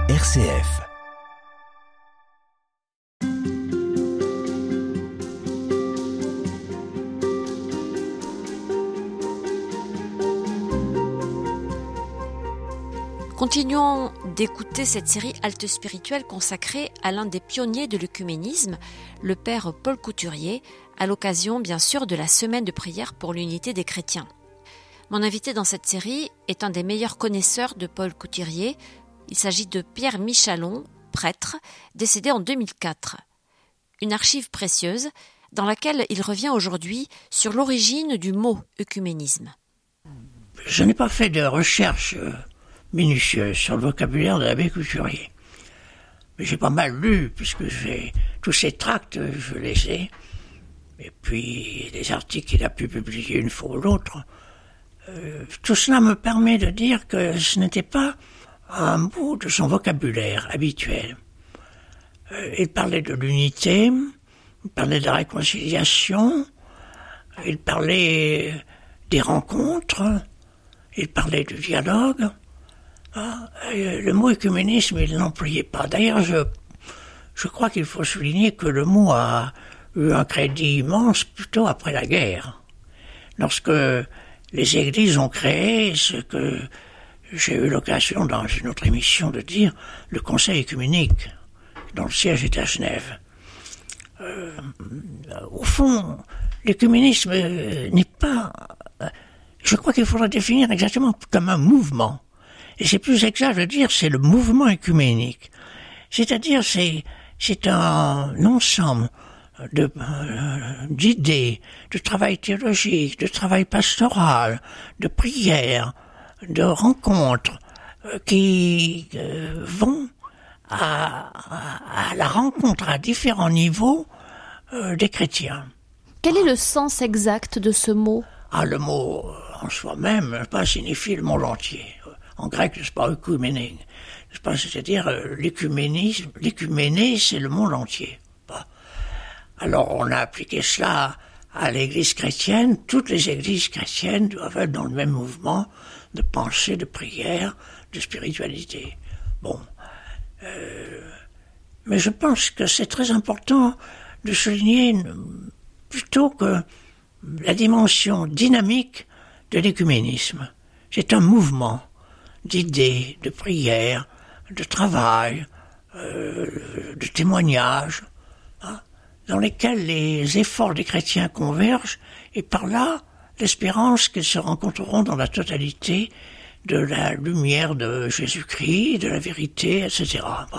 RCF. Continuons d'écouter cette série halte spirituelle consacrée à l'un des pionniers de l'œcuménisme, le père Paul Couturier, à l'occasion bien sûr de la semaine de prière pour l'unité des chrétiens. Mon invité dans cette série est un des meilleurs connaisseurs de Paul Couturier. Il s'agit de Pierre Michalon, prêtre, décédé en 2004. Une archive précieuse dans laquelle il revient aujourd'hui sur l'origine du mot œcuménisme. Je n'ai pas fait de recherche minutieuse sur le vocabulaire de l'abbé Couturier. Mais j'ai pas mal lu, puisque tous ces tracts, je les ai. Et puis, les articles qu'il a pu publier une fois ou l'autre. Tout cela me permet de dire que ce n'était pas un bout de son vocabulaire habituel. Il parlait de l'unité, il parlait de la réconciliation, il parlait des rencontres, il parlait du dialogue. Le mot œcuménisme, il ne l'employait pas. D'ailleurs, je crois qu'il faut souligner que le mot a eu un crédit immense plutôt après la guerre. Lorsque les églises ont créé ce que j'ai eu l'occasion dans une autre émission de dire, le Conseil œcuménique, dont le siège est à Genève. Au fond, l'œcuménisme n'est pas... Je crois qu'il faudra définir exactement comme un mouvement. Et c'est plus exact de dire c'est le mouvement œcuménique. C'est-à-dire c'est un ensemble d'idées, de travail théologique, de travail pastoral, de prières, de rencontres qui vont à la rencontre à différents niveaux des chrétiens. Quel est le sens exact de ce mot ? Le mot en soi-même signifie le monde entier. En grec, c'est pas œcuméné, c'est-à-dire l'œcuméné, c'est le monde entier. Alors on a appliqué cela à l'église chrétienne. Toutes les églises chrétiennes doivent être dans le même mouvement de pensée, de prière, de spiritualité. Mais je pense que c'est très important de souligner plutôt que la dimension dynamique de l'œcuménisme. C'est un mouvement d'idées, de prières, de travail, de témoignages, dans lesquels les efforts des chrétiens convergent, et par là, l'espérance qu'ils se rencontreront dans la totalité de la lumière de Jésus-Christ, de la vérité, etc.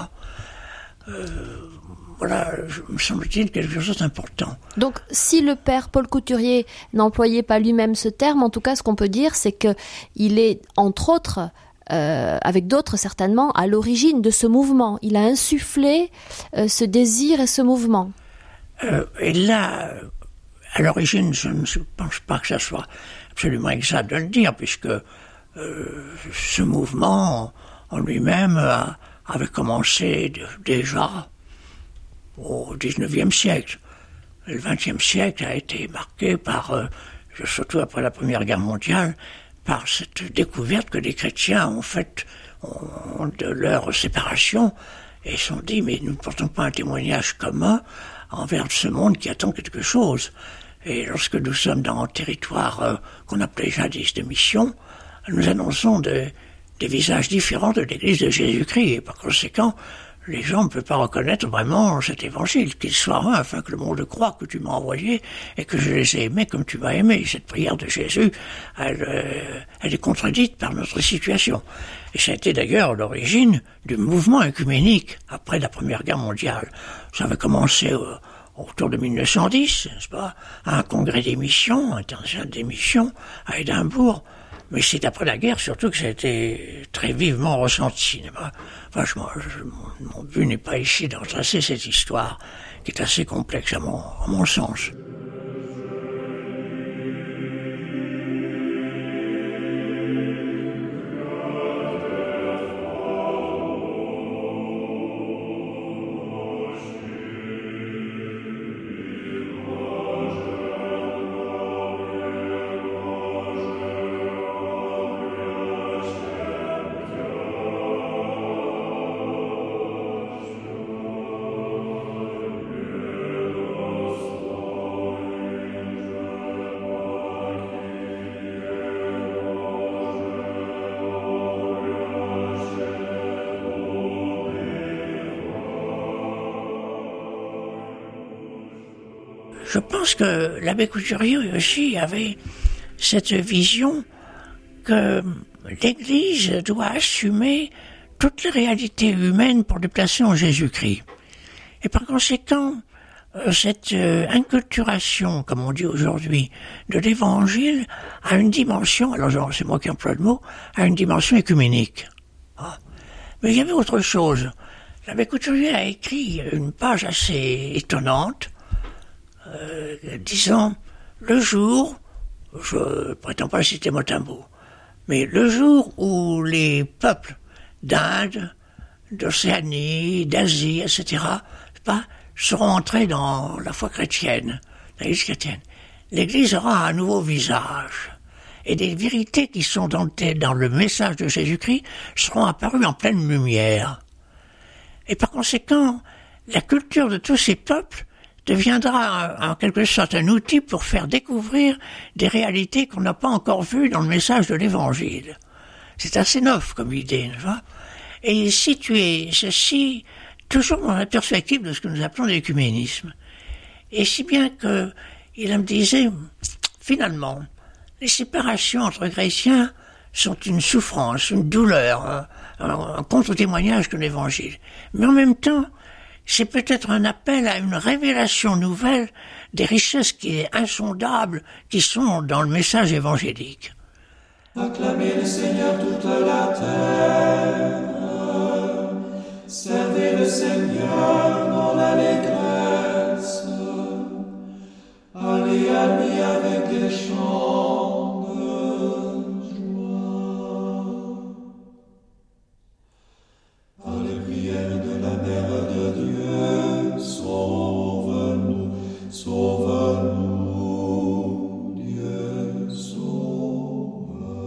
Voilà, me semble-t-il, quelque chose d'important. Donc, si le père Paul Couturier n'employait pas lui-même ce terme, en tout cas, ce qu'on peut dire, c'est qu'il est, entre autres, avec d'autres certainement, à l'origine de ce mouvement. Il a insufflé ce désir et ce mouvement. Et là, à l'origine, je ne pense pas que ça soit absolument exact de le dire, puisque ce mouvement en lui-même avait commencé déjà au XIXe siècle. Le XXe siècle a été marqué par, surtout après la Première Guerre mondiale, par cette découverte que les chrétiens ont faite de leur séparation et se sont dit, mais nous ne portons pas un témoignage commun envers ce monde qui attend quelque chose. Et lorsque nous sommes dans un territoire qu'on appelait jadis de mission, nous annonçons des visages différents de l'Église de Jésus-Christ. Et par conséquent, les gens ne peuvent pas reconnaître vraiment cet évangile, qu'il soit un, afin que le monde croie que tu m'as envoyé et que je les ai aimés comme tu m'as aimé. Cette prière de Jésus, elle est contredite par notre situation. Et ça a été d'ailleurs l'origine du mouvement œcuménique après la Première Guerre mondiale. Ça avait commencé autour de 1910, n'est-ce pas, à un congrès des missions, international des missions, à Édimbourg. Mais c'est après la guerre surtout que ça a été très vivement ressenti. Franchement, mon but n'est pas ici de retracer cette histoire qui est assez complexe à mon sens. je pense que l'abbé Couturier aussi avait cette vision que l'Église doit assumer toutes les réalités humaines pour les placer en Jésus-Christ. Et par conséquent, cette inculturation, comme on dit aujourd'hui, de l'Évangile a une dimension, alors c'est moi qui emploie le mot, a une dimension écuménique. Mais il y avait autre chose. L'abbé Couturier a écrit une page assez étonnante, disant le jour, je prétends pas citer mot à mot, mais le jour où les peuples d'Inde, d'Océanie, d'Asie, etc., seront entrés dans la foi chrétienne, l'Église chrétienne, l'Église aura un nouveau visage. Et des vérités qui sont dans le message de Jésus-Christ seront apparues en pleine lumière. Et par conséquent, la culture de tous ces peuples deviendra en quelque sorte un outil pour faire découvrir des réalités qu'on n'a pas encore vues dans le message de l'Évangile. C'est assez neuf comme idée, n'est-ce pas? Et situer ceci toujours dans la perspective de ce que nous appelons l'écuménisme. Et si bien que il me disait, finalement, les séparations entre chrétiens sont une souffrance, une douleur, un contre-témoignage de l'Évangile. Mais en même temps, c'est peut-être un appel à une révélation nouvelle des richesses insondables qui sont dans le message évangélique. Acclamez le Seigneur toute la terre, servez le Seigneur dans l'allégresse, allez à lui avec des chants de joie. Par les prières de la Mère de Dieu, sauve-nous, sauve-nous, Dieu sauve.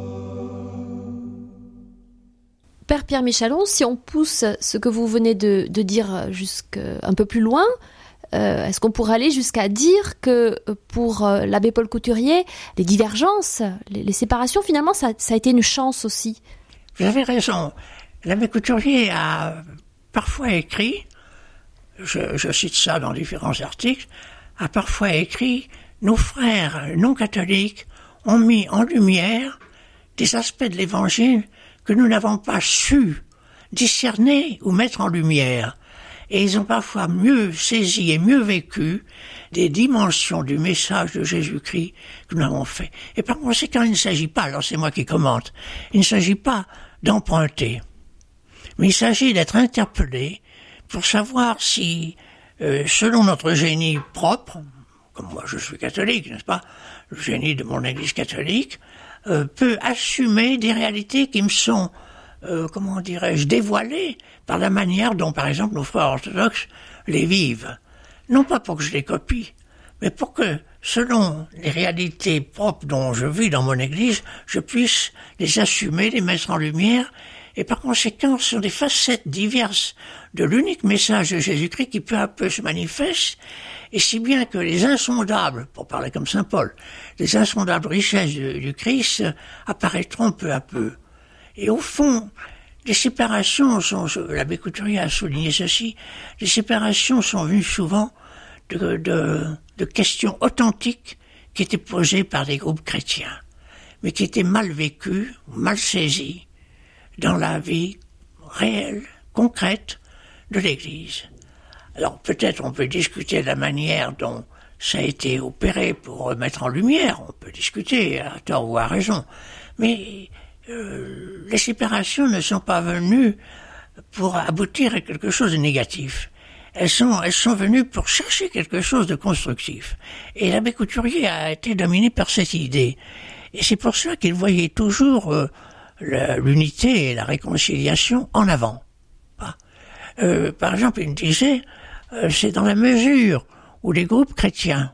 Père Pierre Michalon, si on pousse ce que vous venez de dire un peu plus loin, est-ce qu'on pourrait aller jusqu'à dire que pour l'abbé Paul Couturier, les divergences, les séparations, finalement, ça a été une chance aussi? Vous avez raison. L'abbé Couturier a parfois écrit, je cite ça dans différents articles, a parfois écrit « Nos frères non catholiques ont mis en lumière des aspects de l'Évangile que nous n'avons pas su discerner ou mettre en lumière. Et ils ont parfois mieux saisi et mieux vécu des dimensions du message de Jésus-Christ que nous avons fait. Et par conséquent, il ne s'agit pas, alors c'est moi qui commente, il ne s'agit pas d'emprunter, mais il s'agit d'être interpellé pour savoir si, selon notre génie propre, comme moi je suis catholique, n'est-ce pas, le génie de mon Église catholique, peut assumer des réalités qui me sont, comment dirais-je, dévoilées par la manière dont, par exemple, nos frères orthodoxes les vivent. Non pas pour que je les copie, mais pour que, selon les réalités propres dont je vis dans mon Église, je puisse les assumer, les mettre en lumière, et par conséquent, ce sont des facettes diverses de l'unique message de Jésus-Christ qui peu à peu se manifestent, et si bien que les insondables, pour parler comme saint Paul, les insondables richesses du Christ apparaîtront peu à peu. Et au fond, les séparations sont, l'abbé Couturier a souligné ceci, les séparations sont venues souvent de questions authentiques qui étaient posées par des groupes chrétiens, mais qui étaient mal vécues, mal saisies dans la vie réelle, concrète de l'Église. Alors peut-être on peut discuter de la manière dont ça a été opéré pour mettre en lumière, on peut discuter à tort ou à raison, mais les séparations ne sont pas venues pour aboutir à quelque chose de négatif. Elles sont venues pour chercher quelque chose de constructif. Et l'abbé Couturier a été dominé par cette idée. Et c'est pour ça qu'il voyait toujours l'unité et la réconciliation en avant. Par exemple, il me disait, c'est dans la mesure où les groupes chrétiens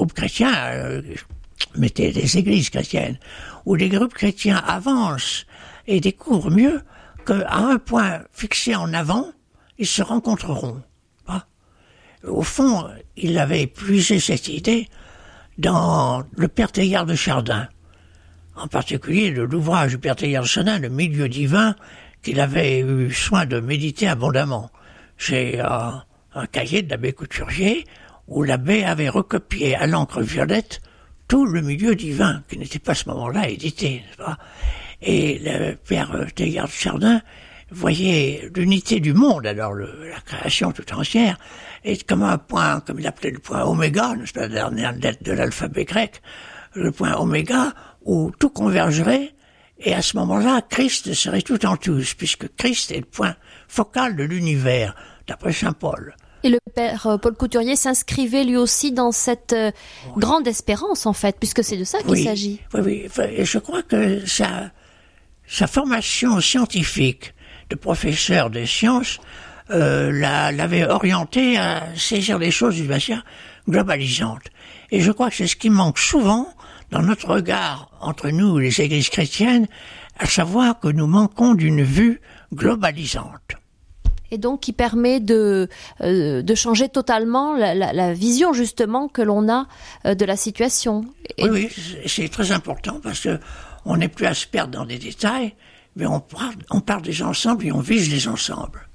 mettez des églises chrétiennes, où les groupes chrétiens avancent et découvrent mieux qu'à un point fixé en avant, ils se rencontreront. Au fond, il avait puisé cette idée dans le Père Teilhard de Chardin, en particulier de l'ouvrage du Père Teilhard de Chardin, Le Milieu divin, qu'il avait eu soin de méditer abondamment. J'ai un cahier de l'abbé Couturier où l'abbé avait recopié à l'encre violette tout le milieu divin, qui n'était pas à ce moment-là édité, n'est-ce pas? Et le père Teilhard de Chardin voyait l'unité du monde, alors la création tout entière, est comme un point, comme il appelait le point oméga, n'est-ce pas, la dernière lettre de l'alphabet grec, le point oméga, où tout convergerait, et à ce moment-là, Christ serait tout en tous, puisque Christ est le point focal de l'univers, d'après saint Paul. Et le père Paul Couturier s'inscrivait lui aussi dans cette grande espérance, en fait, puisque c'est de ça qu'il s'agit. Oui. Et je crois que sa formation scientifique de professeur des sciences l'avait orienté à saisir les choses d'une manière globalisante. Et je crois que c'est ce qui manque souvent dans notre regard entre nous, les églises chrétiennes, à savoir que nous manquons d'une vue globalisante. Et donc qui permet de changer totalement la vision justement que l'on a de la situation. Oui, c'est très important parce que on n'est plus à se perdre dans des détails, mais on parle des ensembles et on vise les ensembles.